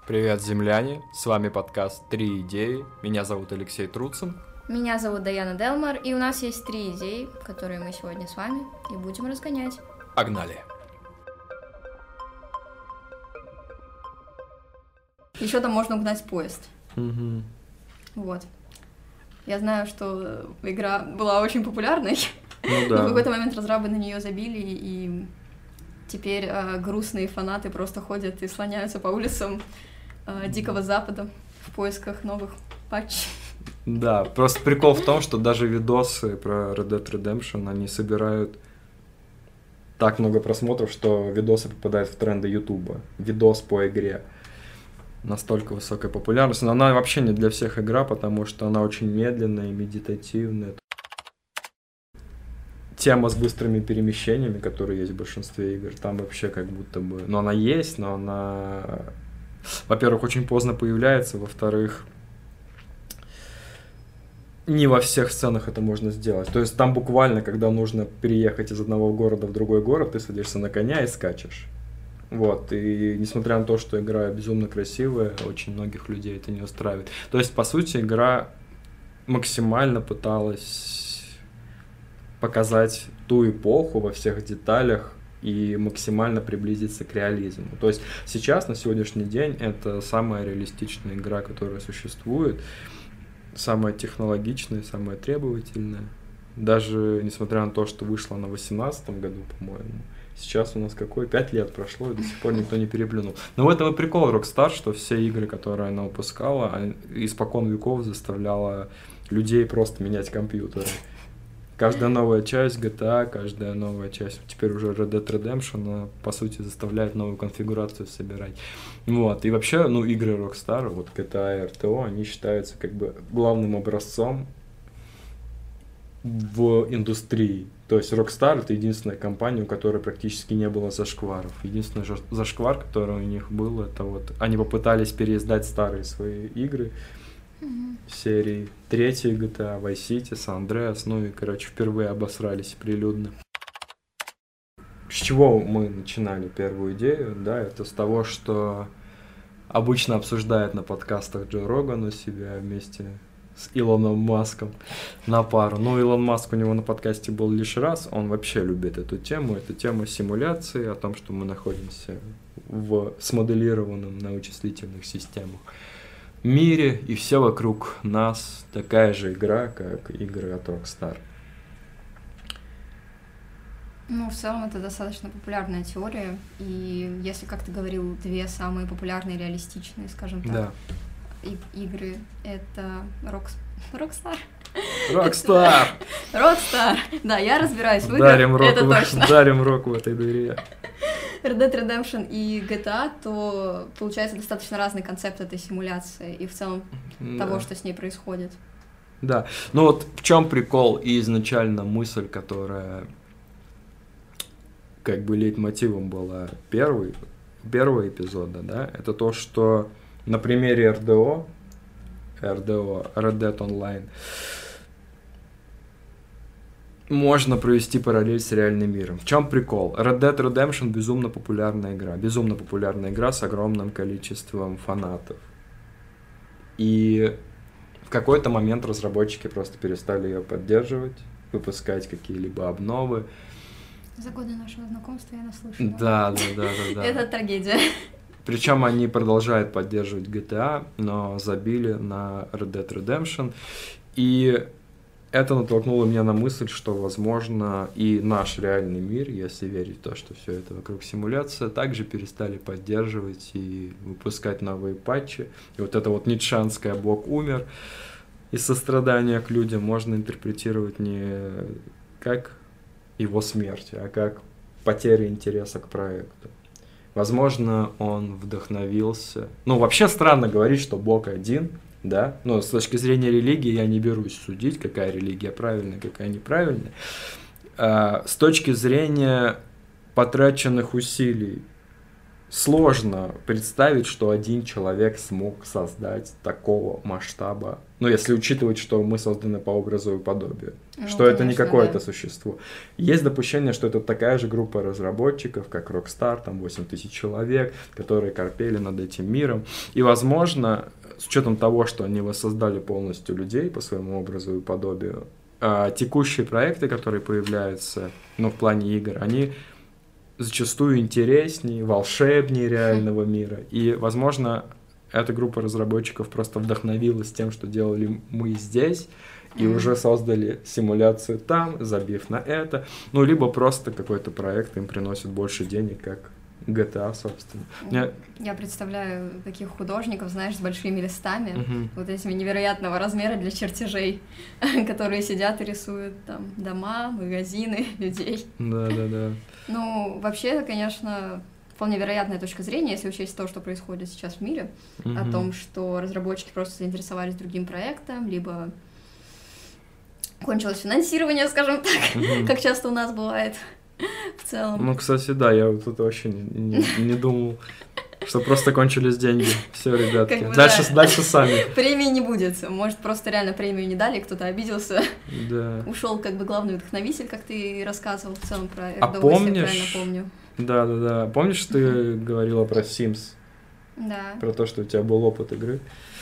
Привет, земляне! С вами подкаст «Три идеи». Меня зовут Алексей Труцин. Меня зовут Даяна Делмар, и у нас есть 3 идеи, которые мы сегодня с вами и будем разгонять. Погнали! Еще там можно угнать поезд. Угу. Вот. Я знаю, что игра была очень популярной, Ну да. но в какой-то момент разрабы на нее забили, и теперь грустные фанаты просто ходят и слоняются по улицам Дикого Запада в поисках новых патчей. Да, просто прикол в том, что даже видосы про Red Dead Redemption, они собирают так много просмотров, что видосы попадают в тренды Ютуба. Видос по игре. Настолько высокая популярность. Но она вообще не для всех игра, потому что она очень медленная и медитативная. Тема с быстрыми перемещениями, которые есть в большинстве игр, там вообще как будто бы... Ну, она есть, но она... Во-первых, очень поздно появляется, во-вторых, не во всех сценах это можно сделать. То есть там буквально, когда нужно переехать из одного города в другой город, ты садишься на коня и скачешь. Вот, и несмотря на то, что игра безумно красивая, очень многих людей это не устраивает. То есть, по сути, игра максимально пыталась показать ту эпоху во всех деталях и максимально приблизиться к реализму. То есть сейчас, на сегодняшний день, это самая реалистичная игра, которая существует, самая технологичная, самая требовательная. Даже несмотря на то, что вышла на 2018 году, по-моему, сейчас у нас какой? 5 лет прошло, и до сих пор никто не переплюнул. Но в этом и прикол Rockstar, что все игры, которые она выпускала, испокон веков заставляла людей просто менять компьютеры. Каждая новая часть GTA, каждая новая часть, теперь уже Red Dead Redemption, она, по сути, заставляет новую конфигурацию собирать. Вот, и вообще, ну, игры Rockstar, вот GTA и RTO, они считаются как бы главным образцом в индустрии. То есть Rockstar — это единственная компания, у которой практически не было зашкваров. Единственный зашквар, который у них был, это вот они попытались переиздать старые свои игры, серии 3 GTA, Vice City, San Andreas, ну и, короче, впервые обосрались прилюдно. С чего мы начинали первую идею, да, это с того, что обычно обсуждает на подкастах Джо Роган у себя вместе с Илоном Маском на пару. Но Илон Маск у него на подкасте был лишь раз, он вообще любит эту тему, это тема симуляции, о том, что мы находимся в смоделированном на вычислительных системах мире, и все вокруг нас такая же игра, как игры от Rockstar. Ну, в целом, это достаточно популярная теория, и если, как ты говорил, 2 самые популярные, реалистичные, скажем так, Да. игры — это Rockstar. Rockstar! Rockstar! Да, я разбираюсь в Дарим играх, это рок, точно. дарим рок в этой дыре. Red Dead Redemption и GTA, то получается достаточно разный концепт этой симуляции и в целом того, что с ней происходит. Да, ну вот в чем прикол и изначально мысль, которая как бы лейтмотивом была первого эпизода, да, это то, что на примере RDO, Red Dead Online, можно провести параллель с реальным миром. В чем прикол? Red Dead Redemption безумно популярная игра с огромным количеством фанатов. И в какой-то момент разработчики просто перестали ее поддерживать, выпускать какие-либо обновы. За годы нашего знакомства я наслышала. Да. Это трагедия. Причем они продолжают поддерживать GTA, но забили на Red Dead Redemption. И это натолкнуло меня на мысль, что, возможно, и наш реальный мир, если верить в то, что все это вокруг симуляция, также перестали поддерживать и выпускать новые патчи. И вот это вот ницшанское «Бог умер» из сострадания к людям можно интерпретировать не как его смерть, а как потеря интереса к проекту. Возможно, он вдохновился. Ну, вообще странно говорить, что Бог один, да, но с точки зрения религии я не берусь судить, какая религия правильная, какая неправильная. С точки зрения потраченных усилий сложно представить, что один человек смог создать такого масштаба. Ну, если учитывать, что мы созданы по образу и подобию. Ну, что это не конечно, какое-то да. существо. Есть допущение, что это такая же группа разработчиков, как Rockstar, там 8000 человек, которые корпели над этим миром. И, возможно, с учетом того, что они воссоздали полностью людей по своему образу и подобию, текущие проекты, которые появляются, ну, в плане игр, они зачастую интереснее, волшебнее реального мира. И, возможно, эта группа разработчиков просто вдохновилась тем, что делали мы здесь, и уже создали симуляцию там, забив на это. Ну, либо просто какой-то проект им приносит больше денег, как GTA, собственно. Я представляю таких художников, знаешь, с большими листами, вот этими невероятного размера для чертежей, которые сидят и рисуют там дома, магазины, людей. Да. Ну, вообще, это, конечно, вполне вероятная точка зрения, если учесть то, что происходит сейчас в мире, о том, что разработчики просто заинтересовались другим проектом, либо кончилось финансирование, скажем так, как часто у нас бывает. В целом. Ну, кстати, да, я вот это вообще не думал, что просто кончились деньги. Все, ребятки. Как бы, дальше сами. Премии не будет. Может, просто реально премию не дали, кто-то обиделся. Да. Ушел как бы главный вдохновитель, как ты рассказывал в целом про А РДО, если я помнишь? правильно помню. Да. Помнишь, ты говорила про Sims? Да. Про то, что у тебя был опыт игры?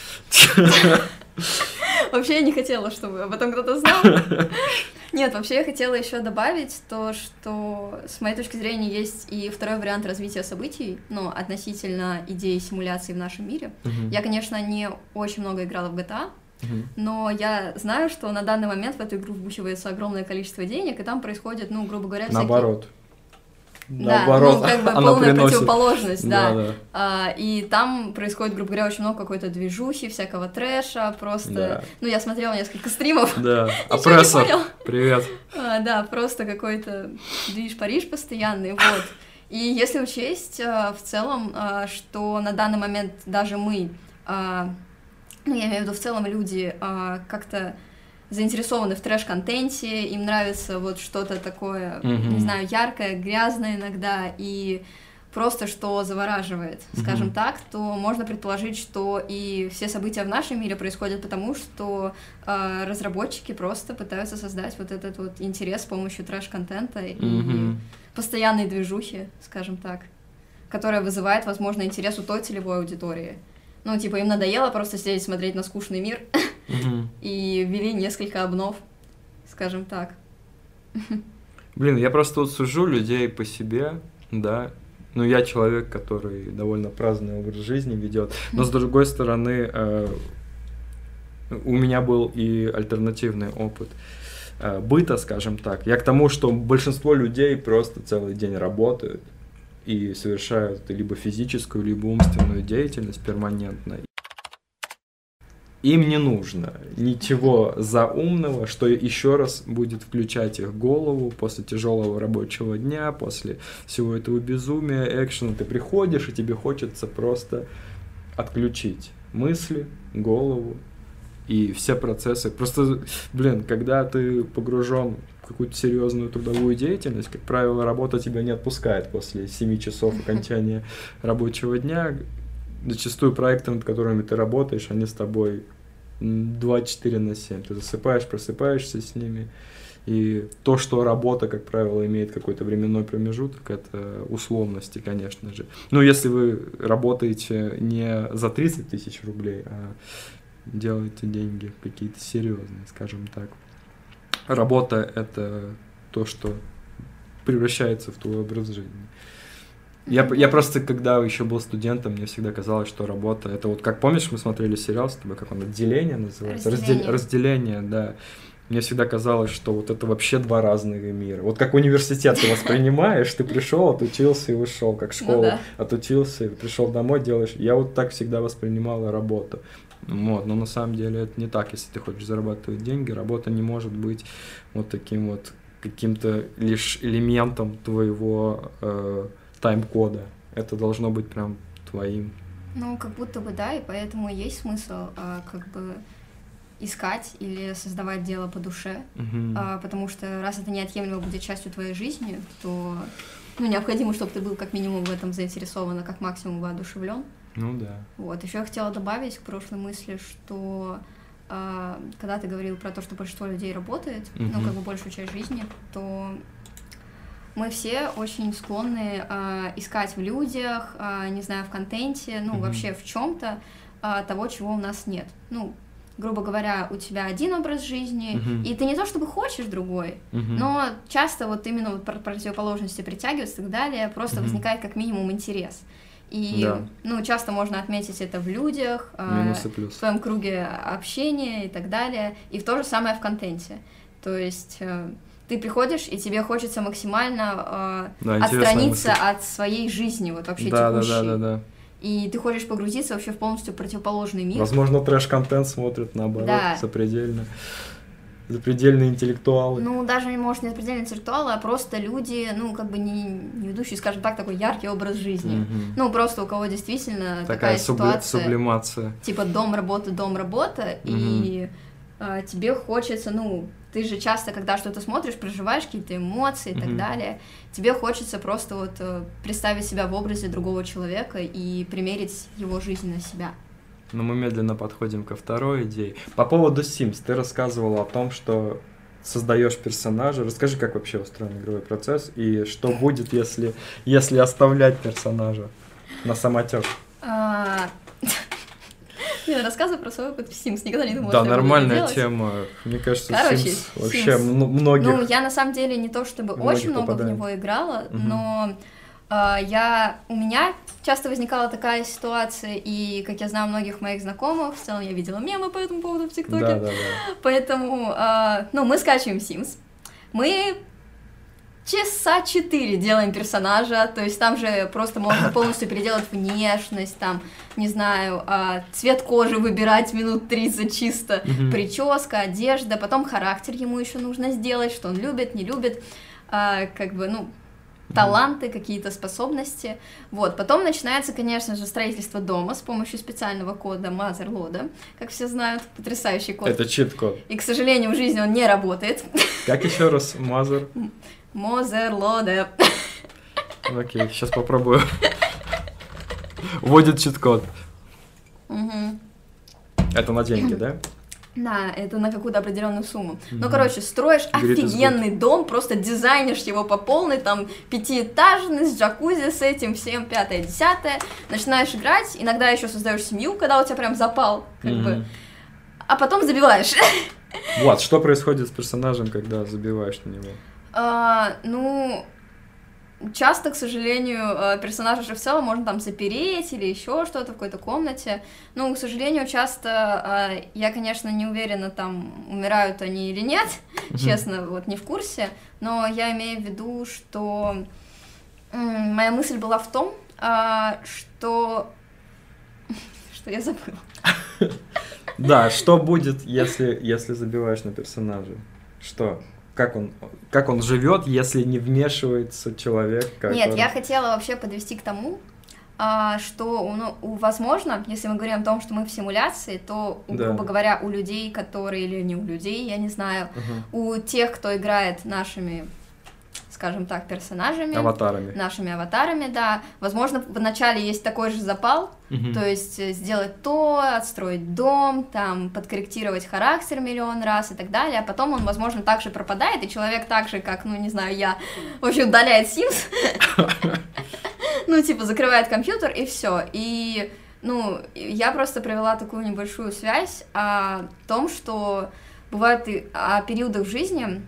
Вообще я не хотела, чтобы об этом кто-то знал. Нет, вообще я хотела еще добавить то, что с моей точки зрения есть и второй вариант развития событий, ну, относительно идеи симуляции в нашем мире. Я, конечно, не очень много играла в GTA, но я знаю, что на данный момент в эту игру вбухивается огромное количество денег, и там происходит, ну, грубо говоря, всякие... Наоборот. Да, ну, как бы полная противоположность, да. И там происходит, грубо говоря, очень много какой-то движухи, всякого трэша, просто... Да. Ну, я смотрела несколько стримов. Да, опрессор, привет. Да, просто какой-то движ-париж постоянный, вот. И если учесть в целом, что на данный момент даже мы, ну, я имею в виду в целом люди, как-то заинтересованы в трэш-контенте, им нравится вот что-то такое, не знаю, яркое, грязное иногда, и просто что завораживает, скажем так, то можно предположить, что и все события в нашем мире происходят потому, что разработчики просто пытаются создать вот этот вот интерес с помощью трэш-контента и постоянной движухи, скажем так, которая вызывает, возможно, интерес у той целевой аудитории. Ну, типа, им надоело просто сидеть смотреть на скучный мир, и ввели несколько обнов, скажем так. Блин, я просто вот сужу людей по себе, да. Ну, я человек, который довольно праздный образ жизни ведет, но с другой стороны, у меня был и альтернативный опыт быта, скажем так. Я к тому, что большинство людей просто целый день работают и совершают либо физическую, либо умственную деятельность перманентно. Им не нужно ничего заумного, что еще раз будет включать их голову после тяжелого рабочего дня, после всего этого безумия, экшена. Ты приходишь, и тебе хочется просто отключить мысли, голову и все процессы. Просто, блин, когда ты погружен в какую-то серьезную трудовую деятельность, как правило, работа тебя не отпускает после 7 часов окончания рабочего дня. Зачастую проекты, над которыми ты работаешь, они с тобой 24/7. Ты засыпаешь, просыпаешься с ними. И то, что работа, как правило, имеет какой-то временной промежуток, это условности, конечно же. Ну, если вы работаете не за 30 тысяч рублей, а делаете деньги какие-то серьезные, скажем так. Работа — это то, что превращается в твой образ жизни. Я просто, когда еще был студентом, мне всегда казалось, что работа — это вот, как помнишь, мы смотрели сериал с тобой, как он, «Отделение» называется? Разделение, да. Мне всегда казалось, что вот это вообще два разных мира. Вот как университет ты воспринимаешь, ты пришел, отучился и ушел, как школа, отучился и пришел домой, делаешь. Я вот так всегда воспринимала работу. Вот, но на самом деле это не так. Если ты хочешь зарабатывать деньги, работа не может быть вот таким вот каким-то лишь элементом твоего тайм-кода. Это должно быть прям твоим. Ну, как будто бы да, и поэтому есть смысл как бы искать или создавать дело по душе, потому что раз это неотъемлемо будет частью твоей жизни, то ну, необходимо, чтобы ты был как минимум в этом заинтересован, а как максимум воодушевлен. Ну да. Вот, еще я хотела добавить к прошлой мысли, что когда ты говорил про то, что большинство людей работает, ну, как бы большую часть жизни, то мы все очень склонны искать в людях, не знаю, в контенте, ну, вообще в чем-то того, чего у нас нет. Ну, грубо говоря, у тебя один образ жизни, и ты не то чтобы хочешь другой, но часто вот именно вот противоположности притягиваются и так далее, просто возникает как минимум интерес. И, ну, часто можно отметить это в людях, в своем круге общения и так далее, и в то же самое в контенте. То есть ты приходишь, и тебе хочется максимально отстраниться от своей жизни, вот вообще текущей. Да. И ты хочешь погрузиться вообще в полностью противоположный мир. Возможно, трэш-контент смотрят наоборот, запредельные интеллектуалы. Ну, даже, может, не запредельные интеллектуалы, а просто люди, ну, как бы не ведущие, скажем так, такой яркий образ жизни. Ну, просто у кого действительно такая ситуация. Сублимация. Типа дом, работа, и тебе хочется, ну, ты же часто, когда что-то смотришь, проживаешь какие-то эмоции и так далее, тебе хочется просто вот представить себя в образе другого человека и примерить его жизнь на себя. Но мы медленно подходим ко второй идее. По поводу Sims, ты рассказывала о том, что создаешь персонажа. Расскажи, как вообще устроен игровой процесс и что будет, если оставлять персонажа на самотек. Я рассказываю про свой опыт в Sims, никогда не думала, что я нормальная тема. Мне кажется, Sims вообще многих. Ну, я на самом деле не то чтобы очень много в него играла, но у меня часто возникала такая ситуация, и, как я знаю, многих моих знакомых, в целом я видела мемы по этому поводу в ТикТоке, да. Поэтому, ну, мы скачиваем Sims, мы часа 4 делаем персонажа, то есть там же просто можно полностью переделать внешность, там, не знаю, цвет кожи выбирать минут 30 чисто, прическа, одежда, потом характер ему еще нужно сделать, что он любит, не любит, как бы, ну, таланты, какие-то способности. Вот. Потом начинается, конечно же, строительство дома с помощью специального кода Motherload, как все знают, потрясающий код. Это чит-код. И, к сожалению, в жизни он не работает. Как еще раз? Motherload. Окей, сейчас попробую. Вводит чит-код. Это на деньги, да? Да, это на какую-то определенную сумму. Ну, короче, строишь офигенный дом, просто дизайнишь его по полной, там, 5-этажный, с джакузи, с этим всем, 5-10, начинаешь играть, иногда еще создаешь семью, когда у тебя прям запал, как бы, а потом забиваешь. Вот, что происходит с персонажем, когда забиваешь на него? Ну, часто, к сожалению, персонажа же в целом можно там запереть или еще что-то в какой-то комнате. Ну, к сожалению, часто я, конечно, не уверена, там, умирают они или нет, честно, вот не в курсе, но я имею в виду, что моя мысль была в том, что я забыла. Да, что будет, если забиваешь на персонажа? Что? Как он живет, если не вмешивается человек, который... Нет, я хотела вообще подвести к тому, что, возможно, если мы говорим о том, что мы в симуляции, то, грубо говоря, у людей, которые, или не у людей, я не знаю, у тех, кто играет нашими, скажем так, персонажами, нашими аватарами, да, возможно, вначале есть такой же запал, то есть сделать то, отстроить дом, там, подкорректировать характер миллион раз и так далее, а потом он, возможно, также пропадает, и человек так же, как, ну, не знаю, я, вообще удаляет Sims, ну, типа, закрывает компьютер, и все. И, ну, я просто провела такую небольшую связь о том, что бывают о периодах в жизни,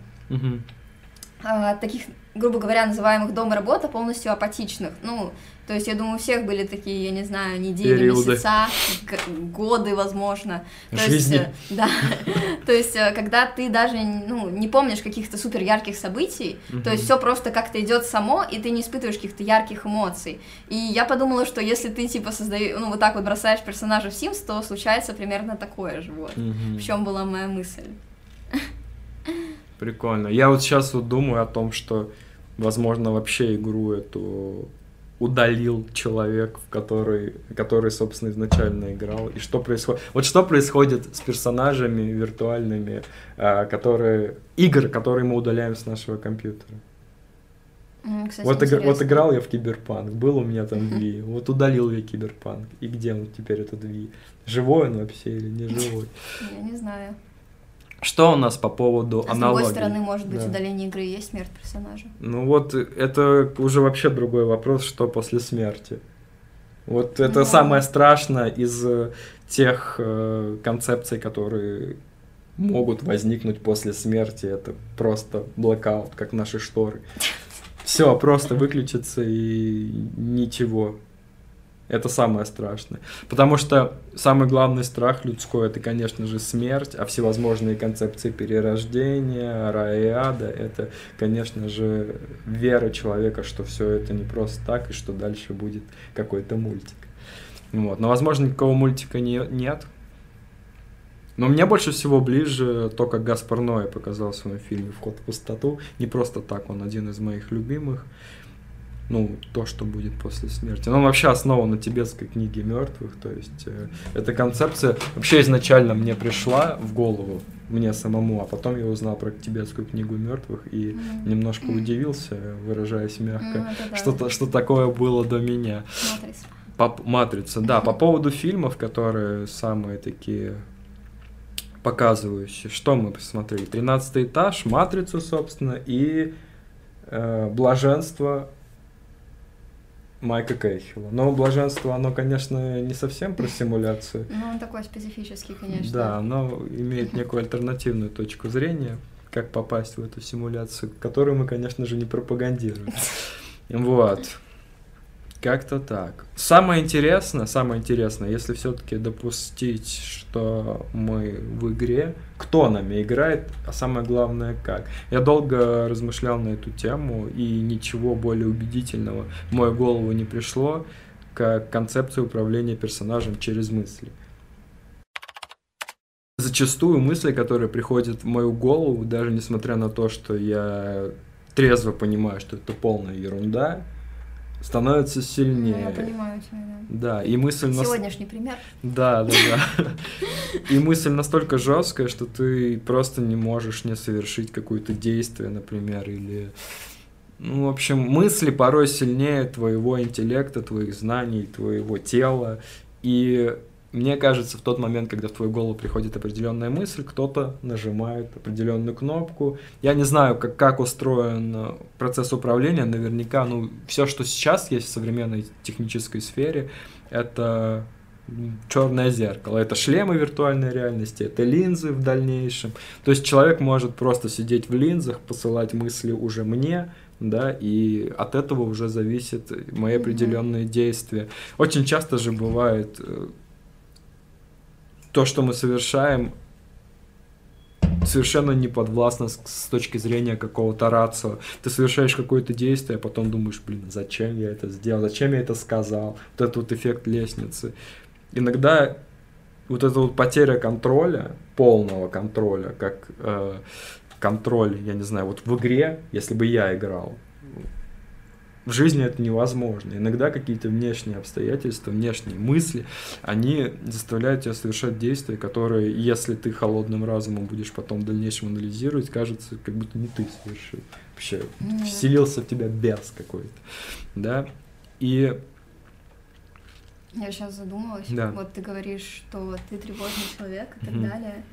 таких, грубо говоря, называемых дом и работа, полностью апатичных. Ну, то есть, я думаю, у всех были такие, я не знаю, недели, периоды, месяца, годы, возможно. Жизни. То есть, да. То есть, когда ты даже, ну, не помнишь каких-то супер ярких событий, то есть, все просто как-то идет само, и ты не испытываешь каких-то ярких эмоций. И я подумала, что если ты, типа, создаешь, ну, вот так вот бросаешь персонажа в Sims, то случается примерно такое же, вот. В чем была моя мысль. Прикольно. Я вот сейчас вот думаю о том, что, возможно, вообще игру эту удалил человек, который, собственно, изначально играл. И что происходит? Вот что происходит с персонажами виртуальными, игр, которые мы удаляем с нашего компьютера? Кстати, Вот интересно. играл я в Киберпанк, был у меня там Ви, вот удалил я Киберпанк. И где он теперь, этот Ви? Живой он вообще или не живой? Я не знаю. Что у нас по поводу А с аналогий? другой стороны, может быть, Да. удаление игры и есть смерть персонажа. Ну вот это уже вообще другой вопрос, что после смерти. Вот это Ну. самое страшное из тех концепций, которые могут возникнуть после смерти. Это просто блэкаут, как наши шторы. Все, просто выключится и ничего. Это самое страшное. Потому что самый главный страх людской — это, конечно же, смерть, а всевозможные концепции перерождения, рая и ада — это, конечно же, вера человека, что все это не просто так, и что дальше будет какой-то мультик. Вот. Но, возможно, никакого мультика нет. Но мне больше всего ближе то, как Гаспар Ноэ показал в своем фильме «Вход в пустоту». Не просто так, он один из моих любимых. Ну, то, что будет после смерти. Но он вообще основан на тибетской книге мертвых. То есть эта концепция вообще изначально мне пришла в голову, мне самому, а потом я узнал про тибетскую книгу мертвых и немножко удивился, выражаясь мягко, что такое было до меня. Матрица, да. По поводу фильмов, которые самые такие показывающие, что мы посмотрели? 13-й этаж, Матрицу, собственно, и Блаженство Майка Кейхила. Но блаженство, оно, конечно, не совсем про симуляцию. Ну, он такой специфический, конечно. Да, оно имеет некую альтернативную точку зрения, как попасть в эту симуляцию, которую мы, конечно же, не пропагандируем. Вот. Как-то так. Самое интересное, если все-таки допустить, что мы в игре, кто нами играет, а самое главное, как. Я долго размышлял на эту тему, и ничего более убедительного в мою голову не пришло, как концепция управления персонажем через мысли. Зачастую мысли, которые приходят в мою голову, даже несмотря на то, что я трезво понимаю, что это полная ерунда, становится сильнее. Ну, я понимаю тебя, да. Да, и мысль... Сегодняшний пример. Да. И мысль настолько жесткая, что ты просто не можешь не совершить какое-то действие, например, или... Ну, в общем, мысли порой сильнее твоего интеллекта, твоих знаний, твоего тела. И мне кажется, в тот момент, когда в твою голову приходит определенная мысль, кто-то нажимает определенную кнопку. Я не знаю, как устроен процесс управления. Наверняка, все, что сейчас есть в современной технической сфере, это черное зеркало. Это шлемы виртуальной реальности, это линзы в дальнейшем. То есть человек может просто сидеть в линзах, посылать мысли уже мне, да, и от этого уже зависят мои определенные действия. Очень часто же бывает... То, что мы совершаем, совершенно не подвластно с точки зрения какого-то рацио. Ты совершаешь какое-то действие, а потом думаешь, зачем я это сделал, зачем я это сказал. Вот этот вот эффект лестницы. Иногда вот эта вот потеря контроля, полного контроля, как контроль, я не знаю, вот в игре, если бы я играл, в жизни это невозможно. Иногда какие-то внешние обстоятельства, внешние мысли, они заставляют тебя совершать действия, которые, если ты холодным разумом будешь потом в дальнейшем анализировать, кажется, как будто не ты совершил. Вообще вселился в тебя бес какой-то. Да? И... Я сейчас задумалась. Да. Вот ты говоришь, что ты тревожный человек и так далее.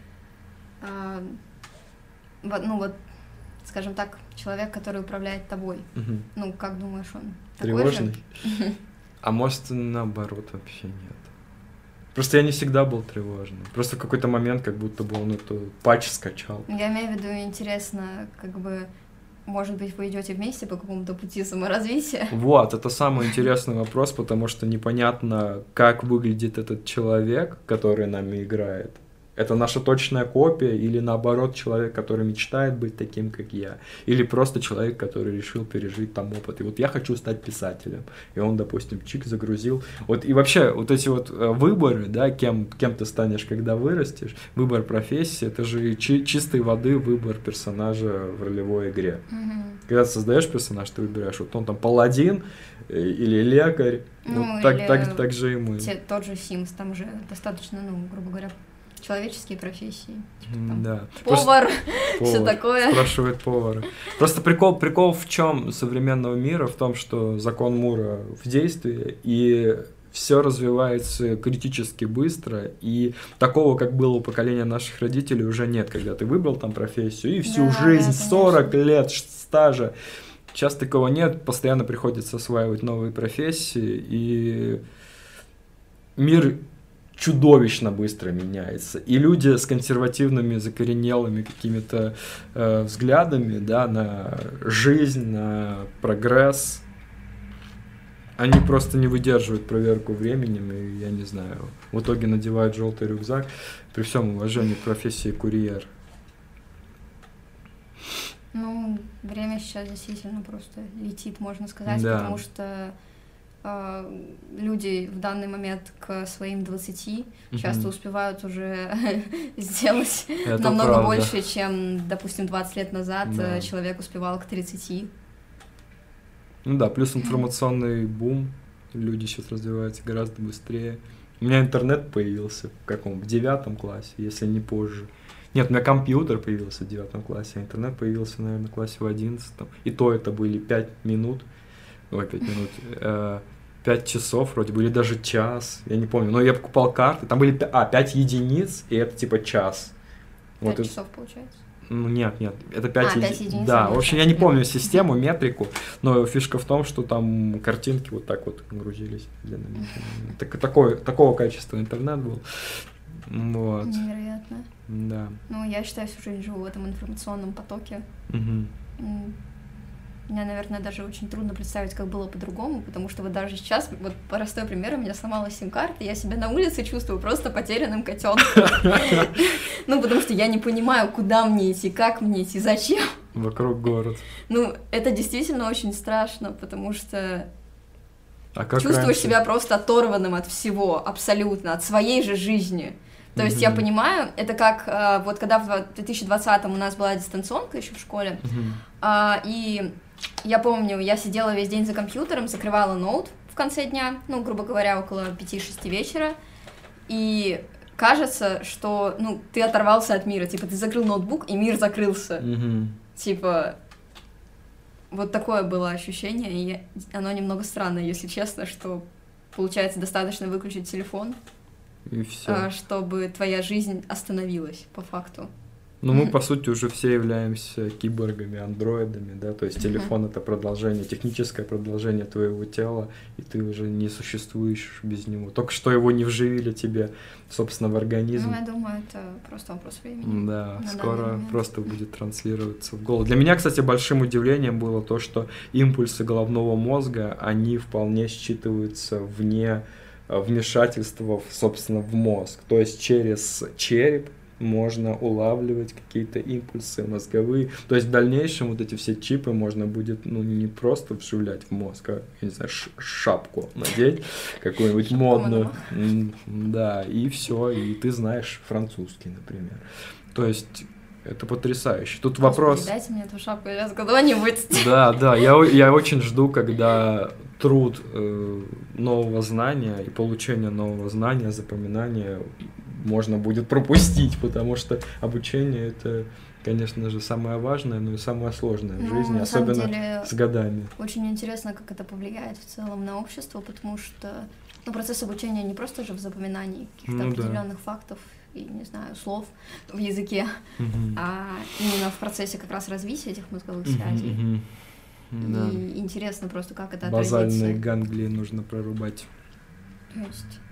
Скажем так, человек, который управляет тобой. Ну, как думаешь, он тревожный? Такой же? А может, наоборот, вообще нет. Просто я не всегда был тревожным. Просто в какой-то момент как будто бы он эту патч скачал. Я имею в виду, интересно, может быть, вы идете вместе по какому-то пути саморазвития? Вот, это самый интересный вопрос, потому что непонятно, как выглядит этот человек, который нами играет. Это наша точная копия или, наоборот, человек, который мечтает быть таким, как я. Или просто человек, который решил пережить там опыт. И вот я хочу стать писателем. И он, допустим, загрузил. Вот, и вообще, вот эти вот выборы, да, кем ты станешь, когда вырастешь, выбор профессии, это же чистой воды выбор персонажа в ролевой игре. Когда ты создаешь персонаж, ты выбираешь, вот он там паладин или лекарь. Так же и мы. Тот же Sims, там же достаточно, грубо говоря, человеческие профессии. Да. Повар, все такое. Спрашивает повара. Просто прикол в чем современного мира, в том, что закон Мура в действии, и все развивается критически быстро, и такого, как было у поколения наших родителей, уже нет, когда ты выбрал там профессию, и всю жизнь, 40 лет стажа. Сейчас такого нет, постоянно приходится осваивать новые профессии, и мир чудовищно быстро меняется. И люди с консервативными, закоренелыми какими-то взглядами, да, на жизнь, на прогресс, они просто не выдерживают проверку временем, и, я не знаю, в итоге надевают желтый рюкзак, при всем уважении к профессии курьер. Ну, время сейчас действительно просто летит, можно сказать, Да. потому что люди в данный момент к своим 20 часто успевают уже сделать Это намного правда. больше, чем, допустим, 20 лет назад Да. человек успевал к 30. Ну да, плюс информационный бум, люди сейчас развиваются гораздо быстрее. У меня интернет появился в 9 классе, если не позже. Нет, у меня компьютер появился в 9 классе, а интернет появился, наверное, в классе в 11. И то это были 5 минут, 5 часов вроде бы, или даже час, я не помню. Но я покупал карты, там были 5 единиц, и это типа час. 5 часов, получается? Ну, нет, это 5 единиц. Да, в общем, я не помню систему, метрику, но фишка в том, что там картинки вот так вот грузились. Такого качества интернет был. Вот. Невероятно. Да. Ну, я считаю, всю жизнь живу в этом информационном потоке. Мне, наверное, даже очень трудно представить, как было по-другому, потому что вот даже сейчас, вот простой пример, у меня сломалась сим-карта, я себя на улице чувствую просто потерянным котенком. Ну, потому что я не понимаю, куда мне идти, как мне идти, зачем. Вокруг город. Ну, это действительно очень страшно, потому что чувствуешь раньше? себя просто оторванным от всего, абсолютно, от своей же жизни. То есть я понимаю, это как вот когда в 2020-м у нас была дистанционка еще в школе, и я помню, я сидела весь день за компьютером, закрывала ноут в конце дня, ну, грубо говоря, около 5-6 вечера, и кажется, что, ну, ты оторвался от мира, типа, ты закрыл ноутбук, и мир закрылся. Типа, вот такое было ощущение, и оно немного странное, если честно, что, получается, достаточно выключить телефон, и все. чтобы твоя жизнь остановилась, по факту. Ну, мы, по сути, уже все являемся киборгами, андроидами, да, то есть телефон — это продолжение, техническое продолжение твоего тела, и ты уже не существуешь без него. Только что его не вживили тебе, собственно, в организм. Ну, я думаю, это просто вопрос времени. Да, скоро просто будет транслироваться в голову. Для меня, кстати, большим удивлением было то, что импульсы головного мозга, они вполне считываются вне вмешательства, собственно, в мозг. То есть через череп можно улавливать какие-то импульсы мозговые. То есть в дальнейшем вот эти все чипы можно будет, ну, не просто вживлять в мозг, а, я не знаю, шапку надеть, какую-нибудь модную. Да, и все, и ты знаешь французский, например. То есть это потрясающе. Тут вопрос... Дайте мне эту шапку, я когда-нибудь. Да, я очень жду, когда труд нового знания и получение нового знания, запоминания можно будет пропустить, потому что обучение — это, конечно же, самое важное, но и самое сложное в жизни, особенно с годами. Очень интересно, как это повлияет в целом на общество, потому что процесс обучения не просто же в запоминании каких-то определенных фактов и, не знаю, слов в языке, а именно в процессе как раз развития этих мозговых связей. И интересно просто, как это отразится. Базальные ганглии нужно прорубать. То есть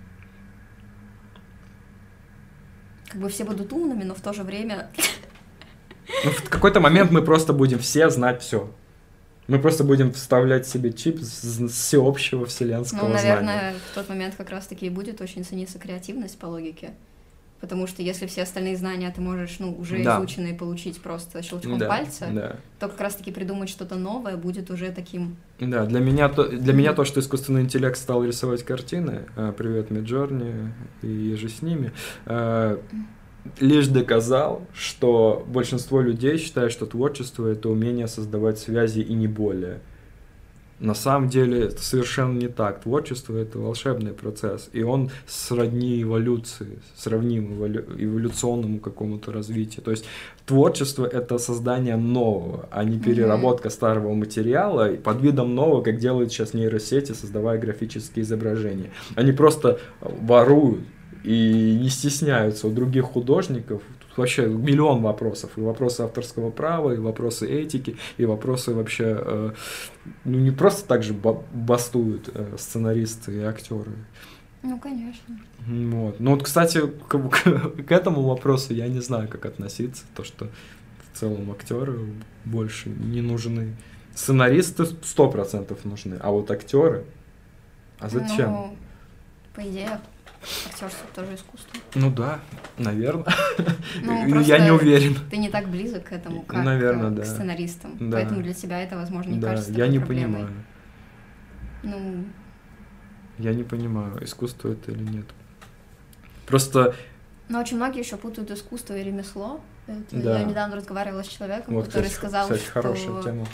как бы все будут умными, но в то же время... Ну, в какой-то момент мы просто будем все знать все. Мы просто будем вставлять себе чип с всеобщего вселенского знания. Ну, наверное, в тот момент как раз-таки и будет очень цениться креативность по логике. Потому что если все остальные знания ты можешь, уже изученные получить просто щелчком пальца, то как раз-таки придумать что-то новое будет уже таким... Да, для меня то, что искусственный интеллект стал рисовать картины, привет Midjourney и же с ними, лишь доказал, что большинство людей считает, что творчество — это умение создавать связи и не более. На самом деле это совершенно не так. Творчество — это волшебный процесс, и он сродни эволюции, сравним эволюционному какому-то развитию. То есть творчество — это создание нового, а не переработка старого материала под видом нового, как делают сейчас нейросети, создавая графические изображения. Они просто воруют и не стесняются у других художников. Тут вообще миллион вопросов. И вопросы авторского права, и вопросы этики, и вопросы вообще... ну, не просто так же бастуют сценаристы и актеры. Ну, конечно. Вот. Ну, вот, кстати, к этому вопросу я не знаю, как относиться. То, что в целом актеры больше не нужны. Сценаристы 100% нужны, а вот актеры... А зачем? Ну, по идее, актерство тоже искусство. Ну да, наверное. Ну, я не уверен. Ты не так близок к этому, как наверное, к сценаристам. Да. Поэтому для тебя это, возможно, не кажется я такой не проблемой. понимаю. Ну... Я не понимаю, искусство это или нет. Просто... Но очень многие еще путают искусство и ремесло. Это да. Я недавно разговаривала с человеком, вот, который сказал, кстати, что... хорошая тема.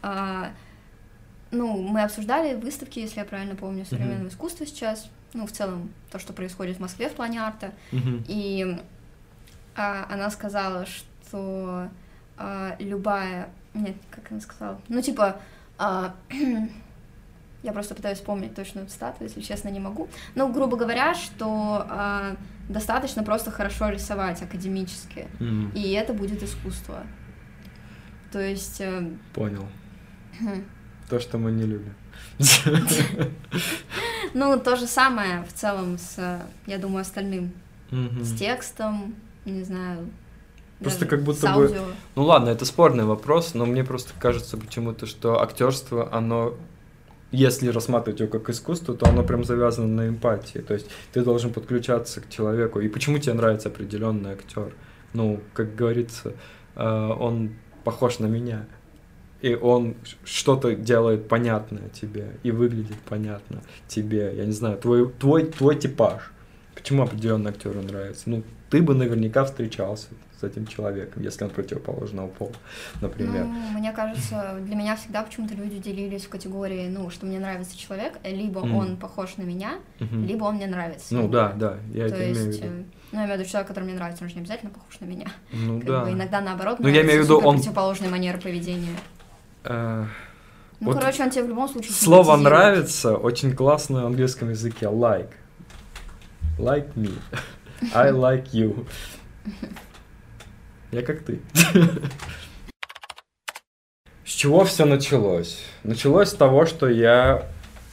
Ну, мы обсуждали выставки, если я правильно помню, современного искусства сейчас, ну, в целом, то, что происходит в Москве в плане арта, и она сказала, что любая... Нет, как она сказала? Ну, типа, я просто пытаюсь вспомнить точную цитату, если честно, не могу, но, грубо говоря, что достаточно просто хорошо рисовать академически, и это будет искусство. То есть... Понял. То, что мы не любим. Ну, то же самое в целом с, я думаю, остальным. С текстом, не знаю. Просто как будто бы... Ну ладно, это спорный вопрос, но мне просто кажется почему-то, что актерство, оно, если рассматривать его как искусство, то оно прям завязано на эмпатии. То есть ты должен подключаться к человеку. И почему тебе нравится определенный актер? Ну, как говорится, он похож на меня. И он что-то делает понятное тебе, и выглядит понятно тебе. Я не знаю, твой типаж. Почему определенный актеру нравится? Ну, ты бы наверняка встречался с этим человеком, если он противоположного пола, например. Ну, мне кажется, для меня всегда почему-то люди делились в категории, ну, что мне нравится человек, либо он похож на меня, либо он мне нравится. Ну, да, я это имею в виду. Ну, я имею в виду, человек, который мне нравится, он же не обязательно похож на меня. Ну, как да. бы иногда наоборот, но я имею в виду, он... противоположной манеры поведения. Ну, вот короче, он тебе в любом случае слово «нравится» очень классное в английском языке. Like. Like me. I like you. Я как ты. С чего все началось? Началось с того, что я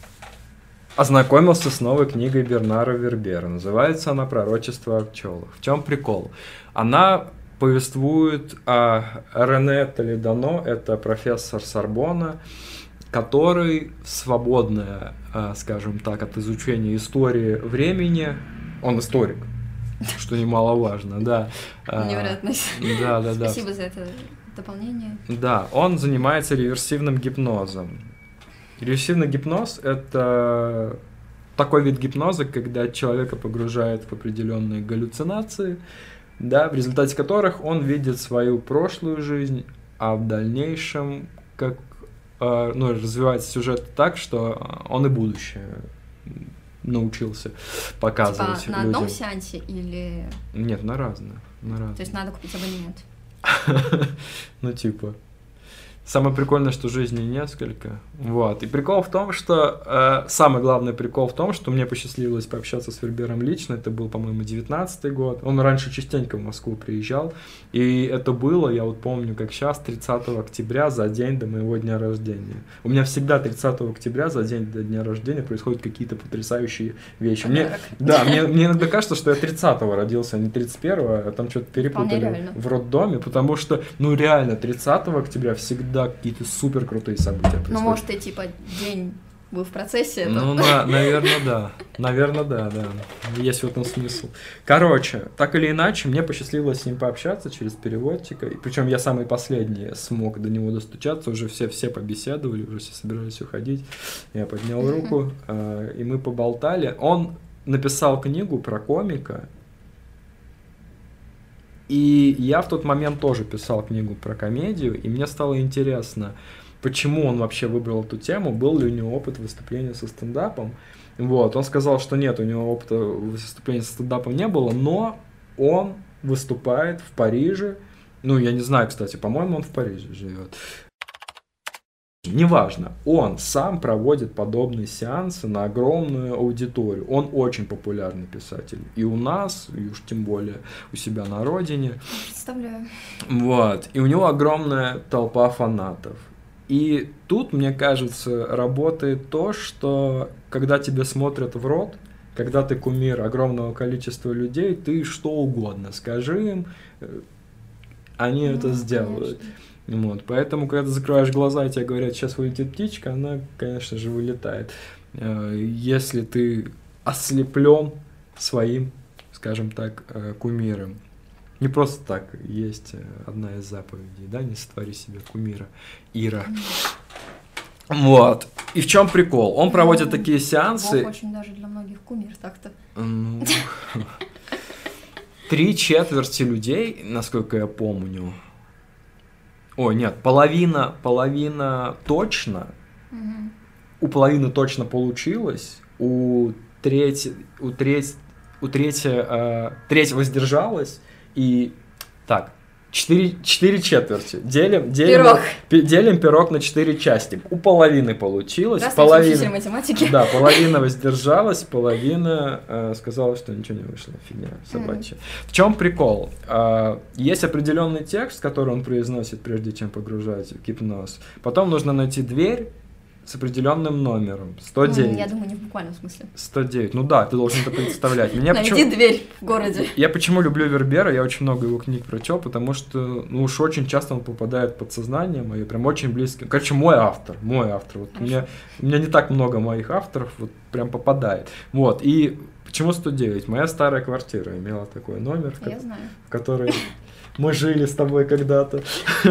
ознакомился с новой книгой Бернара Вербера. Называется она «Пророчество о пчелах». В чем прикол? Она повествует о Рене Толедано, это профессор Сорбонна, который свободное, скажем так, от изучения истории времени, он историк, что немаловажно, да. Невероятность. Да. Спасибо за это дополнение. Да, он занимается реверсивным гипнозом. Реверсивный гипноз — это такой вид гипноза, когда человека погружают в определенные галлюцинации, да, в результате которых он видит свою прошлую жизнь, а в дальнейшем как развивается сюжет так, что он и будущее научился показывать типа на людям. одном сеансе или... Нет, на разных. То есть надо купить абонемент? Ну, типа... Самое прикольное, что жизни несколько. Вот. И прикол в том, что... самый главный прикол в том, что мне посчастливилось пообщаться с Вербером лично. Это был, по-моему, 19-й год. Он раньше частенько в Москву приезжал. И это было, я вот помню, как сейчас, 30 октября, за день до моего дня рождения. У меня всегда 30 октября, за день до дня рождения, происходят какие-то потрясающие вещи. Мне иногда кажется, что я 30-го родился, а не 31-го. А там что-то перепутали в роддоме. Потому что, ну реально, 30 октября всегда какие-то супер крутые события происходят. Ну, может, и типа день был в процессе. Ну, наверное, да. Наверное, да. Есть в этом смысл. Короче, так или иначе, мне посчастливилось с ним пообщаться через переводчика. И причем я самый последний смог до него достучаться. Уже все побеседовали, уже все собирались уходить. Я поднял руку, и мы поболтали. Он написал книгу про комика. И я в тот момент тоже писал книгу про комедию, и мне стало интересно, почему он вообще выбрал эту тему, был ли у него опыт выступления со стендапом. Вот, он сказал, что нет, у него опыта выступления со стендапом не было, но он выступает в Париже. Ну, я не знаю, кстати, по-моему, он в Париже живет. Неважно, он сам проводит подобные сеансы на огромную аудиторию. Он очень популярный писатель. И у нас, и уж тем более у себя на родине. Представляю. Вот. И у него огромная толпа фанатов. И тут, мне кажется, работает то, что когда тебе смотрят в рот, когда ты кумир огромного количества людей, ты что угодно скажи им, они это сделают. Конечно. Вот, поэтому, когда ты закрываешь глаза и тебе говорят, сейчас вылетит птичка, она, конечно же, вылетает. Если ты ослеплен своим, скажем так, кумиром. Не просто так, есть одна из заповедей, да, не сотвори себе кумира, Ира. Вот. И в чем прикол? Он проводит такие сеансы. Бог очень даже для многих кумир, так-то. 3/4 людей, насколько я помню. Ой, нет, половина точно. У половины точно получилось, треть воздержалась, и так, 4/4. Делим пирог на 4 части. У половины получилось. Учитель математики. Да, половина воздержалась, половина сказала, что ничего не вышло, фигня собачья. В чем прикол? Есть определенный текст, который он произносит, прежде чем погружать в гипноз. Потом нужно найти дверь с определенным номером. 109. Я думаю, не в буквальном смысле. 109. Ну да, ты должен это представлять. Найди дверь в городе. Я почему люблю Вербера, я очень много его книг прочел, потому что, ну уж очень часто он попадает в подсознание мое, прям очень близкий. Короче, мой автор. Вот у меня не так много моих авторов, вот прям попадает. Вот, и почему 109? Моя старая квартира имела такой номер, в которой мы жили с тобой когда-то.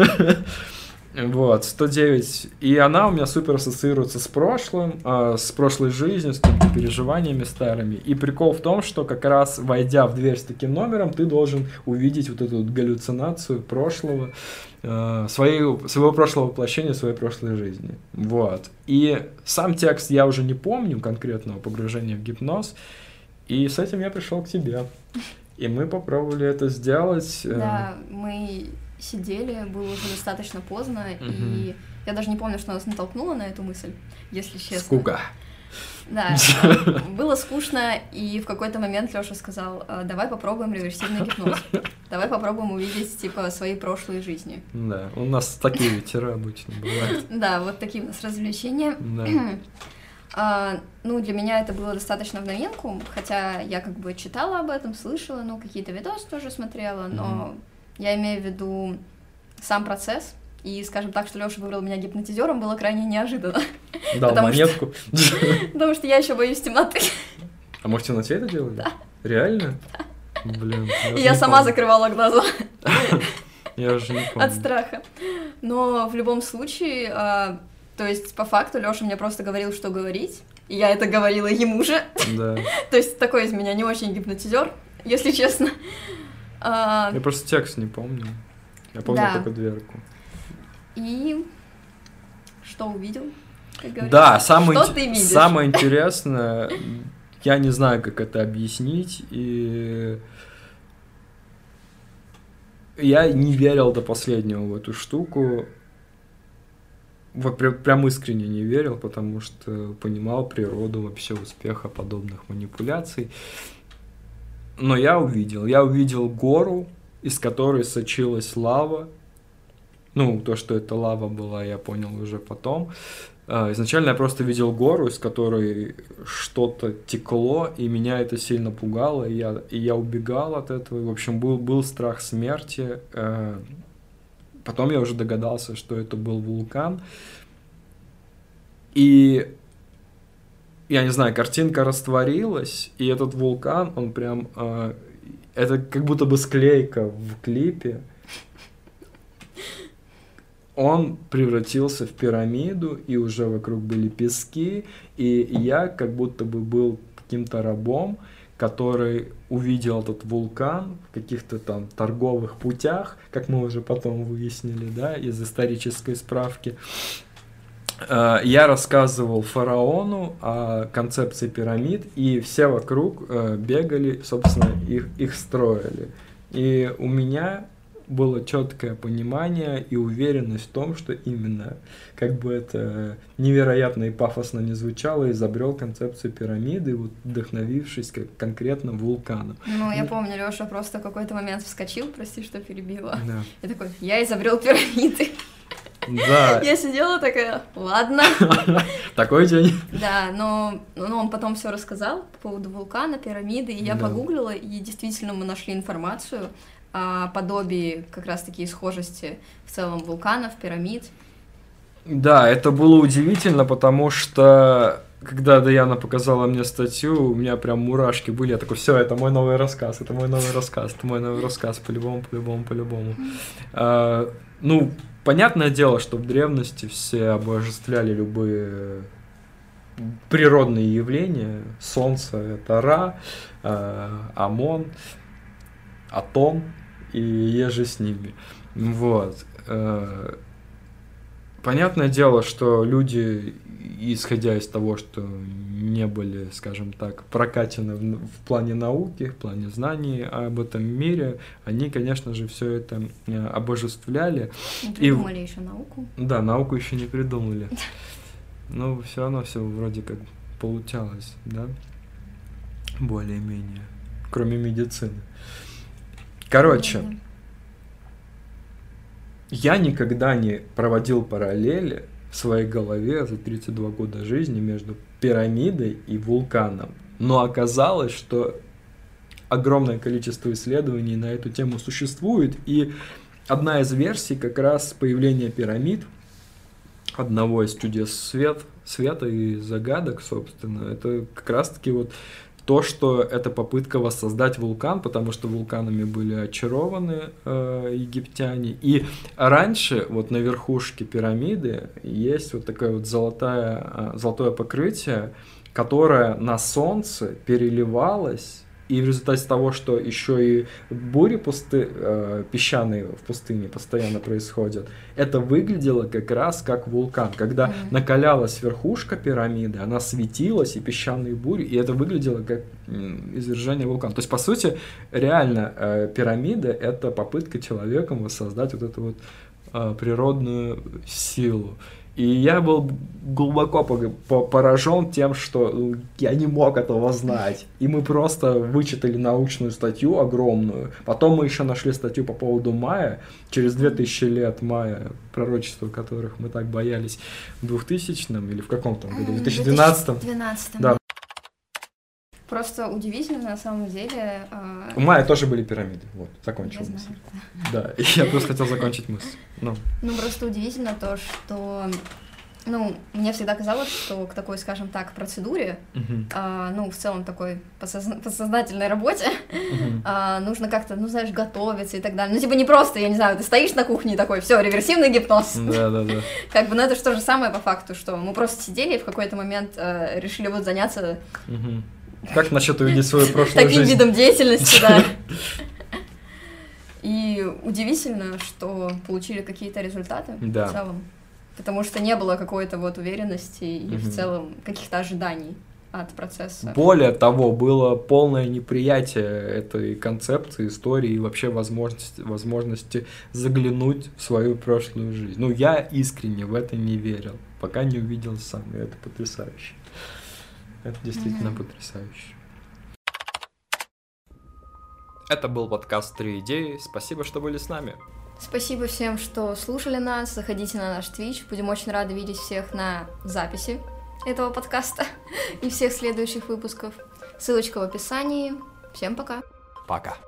Вот, 109. И она у меня супер ассоциируется с прошлым, с прошлой жизнью, с какими-то переживаниями старыми. И прикол в том, что как раз войдя в дверь с таким номером, ты должен увидеть вот эту вот галлюцинацию прошлого, своего прошлого воплощения, своей прошлой жизни. Вот. И сам текст я уже не помню конкретного погружения в гипноз. И с этим я пришел к тебе. И мы попробовали это сделать. Да, мы сидели, было уже достаточно поздно, и я даже не помню, что нас натолкнуло на эту мысль, если честно. Скука. Да, было скучно, и в какой-то момент Лёша сказал, давай попробуем реверсивный гипноз, давай попробуем увидеть, типа, свои прошлые жизни. Да, у нас такие вечера обычно бывают. Да, вот такие у нас развлечения. Ну, для меня это было достаточно в новинку, хотя я как бы читала об этом, слышала, ну, какие-то видосы тоже смотрела, но я имею в виду сам процесс, и, скажем так, что Лёша выбрал меня гипнотизером, было крайне неожиданно. Дал монетку. Потому что я еще боюсь темноты. А может, в темноте это делали? Да. Реально? Блин. И я сама закрывала глаза. Я уже не помню. От страха. Но в любом случае, то есть, по факту, Лёша мне просто говорил, что говорить, и я это говорила ему же. Да. То есть, такой из меня не очень гипнотизер, если честно. Я просто текст не помню. Я помню только дверку. И что увидел? Да, самое интересное, я не знаю, как это объяснить, и я не верил до последнего в эту штуку. Вот прям искренне не верил, потому что понимал природу вообще успеха подобных манипуляций. Но я увидел гору, из которой сочилась лава. Ну, то, что это лава была, я понял уже потом. Изначально я просто видел гору, из которой что-то текло, и меня это сильно пугало, и я убегал от этого. В общем, был страх смерти. Потом я уже догадался, что это был вулкан. И я не знаю, картинка растворилась, и этот вулкан, он прям... это как будто бы склейка в клипе. Он превратился в пирамиду, и уже вокруг были пески, и я как будто бы был каким-то рабом, который увидел этот вулкан в каких-то там торговых путях, как мы уже потом выяснили, да, из исторической справки. я рассказывал фараону о концепции пирамид, и все вокруг бегали, собственно, их строили. И у меня было четкое понимание и уверенность в том, что именно, как бы это невероятно и пафосно не звучало, изобрел концепцию пирамиды, вот, вдохновившись конкретно вулканом. Ну, я помню, Лёша просто в какой-то момент вскочил, прости, что перебила. Да. И такой, я изобрел пирамиды. Да. Я сидела такая, ладно. Такой день. Да, но он потом все рассказал по поводу вулкана, пирамиды, и я погуглила, и действительно мы нашли информацию о подобии как раз-таки схожести в целом вулканов, пирамид. Да, это было удивительно, потому что когда Даяна показала мне статью, у меня прям мурашки были. Я такой, все, это мой новый рассказ, это мой новый рассказ, это мой новый рассказ, по-любому. Ну, понятное дело, что в древности все обожествляли любые природные явления. Солнце — это Ра, Амон, Атон и еже с ними. Вот. Понятное дело, что люди, исходя из того, что не были, скажем так, прокачаны в плане науки, в плане знаний об этом мире, они, конечно же, все это обожествляли. Придумали еще науку. Да, науку еще не придумали. Но все равно все вроде как получалось, да? Более-менее. Кроме медицины. Короче, я никогда не проводил параллели в своей голове за 32 года жизни между пирамидой и вулканом. Но оказалось, что огромное количество исследований на эту тему существует. И одна из версий как раз появления пирамид, одного из чудес света и загадок, собственно, это как раз-таки вот то, что это попытка воссоздать вулкан, потому что вулканами были очарованы египтяне. И раньше вот на верхушке пирамиды есть вот такое вот золотое покрытие, которое на солнце переливалось. И в результате того, что еще и бури песчаные в пустыне постоянно происходят, это выглядело как раз как вулкан. Когда накалялась верхушка пирамиды, она светилась, и песчаные бури, и это выглядело как извержение вулкана. То есть, по сути, реально пирамида — это попытка человеком воссоздать вот эту вот природную силу. И я был глубоко поражен тем, что я не мог этого знать. И мы просто вычитали научную статью огромную. Потом мы еще нашли статью по поводу Майя. Через 2000 лет Майя, пророчества которых мы так боялись в 2000-м или в каком там году? В 2012-м? 2012-м. Да. Просто удивительно, на самом деле. У Майя тоже были пирамиды. Вот, закончил мысль. Да, я просто хотел закончить мысль. Ну, просто удивительно то, что... Ну, мне всегда казалось, что к такой, скажем так, процедуре, в целом такой подсознательной работе, нужно как-то, знаешь, готовиться и так далее. Ну, типа не просто, я не знаю, ты стоишь на кухне и такой, все, реверсивный гипноз. Да. Как бы, это же то же самое по факту, что мы просто сидели и в какой-то момент решили вот заняться... Как насчет увидеть свою прошлую жизнь? Таким видом деятельности, да. И удивительно, что получили какие-то результаты в целом. Потому что не было какой-то вот уверенности и в целом каких-то ожиданий от процесса. Более того, было полное неприятие этой концепции, истории и вообще возможности заглянуть в свою прошлую жизнь. Ну, я искренне в это не верил, пока не увидел сам, и это потрясающе. Это действительно потрясающе. Это был подкаст «Три идеи». Спасибо, что были с нами. Спасибо всем, что слушали нас. Заходите на наш Twitch. Будем очень рады видеть всех на записи этого подкаста и всех следующих выпусков. Ссылочка в описании. Всем пока. Пока.